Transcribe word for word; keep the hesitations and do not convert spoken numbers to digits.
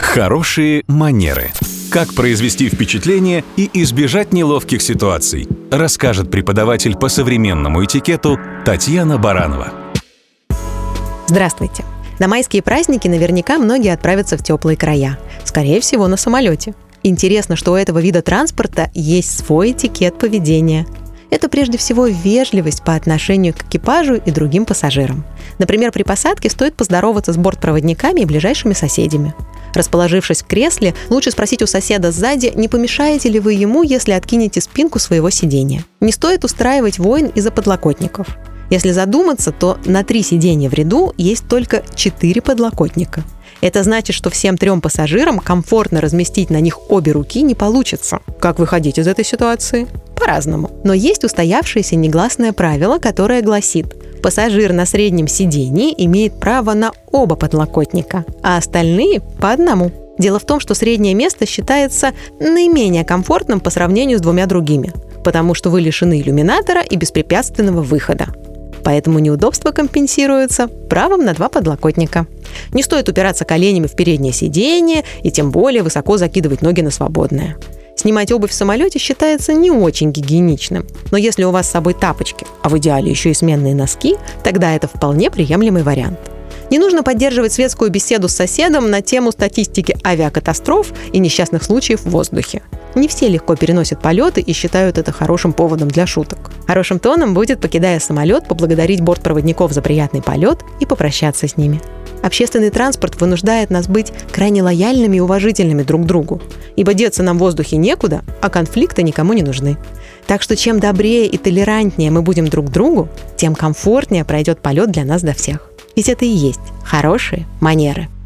Хорошие манеры. Как произвести впечатление и избежать неловких ситуаций, расскажет преподаватель по современному этикету Татьяна Баранова. Здравствуйте! На майские праздники наверняка многие отправятся в теплые края. Скорее всего, на самолете. Интересно, что у этого вида транспорта есть свой этикет поведения. Это прежде всего вежливость по отношению к экипажу и другим пассажирам. Например, при посадке стоит поздороваться с бортпроводниками и ближайшими соседями. Расположившись в кресле, лучше спросить у соседа сзади, не помешаете ли вы ему, если откинете спинку своего сиденья. Не стоит устраивать войн из-за подлокотников. Если задуматься, то на три сиденья в ряду есть только четыре подлокотника. Это значит, что всем трем пассажирам комфортно разместить на них обе руки не получится. Как выходить из этой ситуации? По-разному. Но есть устоявшееся негласное правило, которое гласит: пассажир на среднем сидении имеет право на оба подлокотника, а остальные – по одному. Дело в том, что среднее место считается наименее комфортным по сравнению с двумя другими, потому что вы лишены иллюминатора и беспрепятственного выхода. Поэтому неудобства компенсируются правом на два подлокотника. Не стоит упираться коленями в переднее сиденье и тем более высоко закидывать ноги на свободное. Снимать обувь в самолете считается не очень гигиеничным, но если у вас с собой тапочки, а в идеале еще и сменные носки, тогда это вполне приемлемый вариант. Не нужно поддерживать светскую беседу с соседом на тему статистики авиакатастроф и несчастных случаев в воздухе. Не все легко переносят полеты и считают это хорошим поводом для шуток. Хорошим тоном будет, покидая самолет, поблагодарить бортпроводников за приятный полет и попрощаться с ними. Общественный транспорт вынуждает нас быть крайне лояльными и уважительными друг к другу, ибо деться нам в воздухе некуда, а конфликты никому не нужны. Так что чем добрее и толерантнее мы будем друг к другу, тем комфортнее пройдет полет для нас до всех. Ведь это и есть хорошие манеры.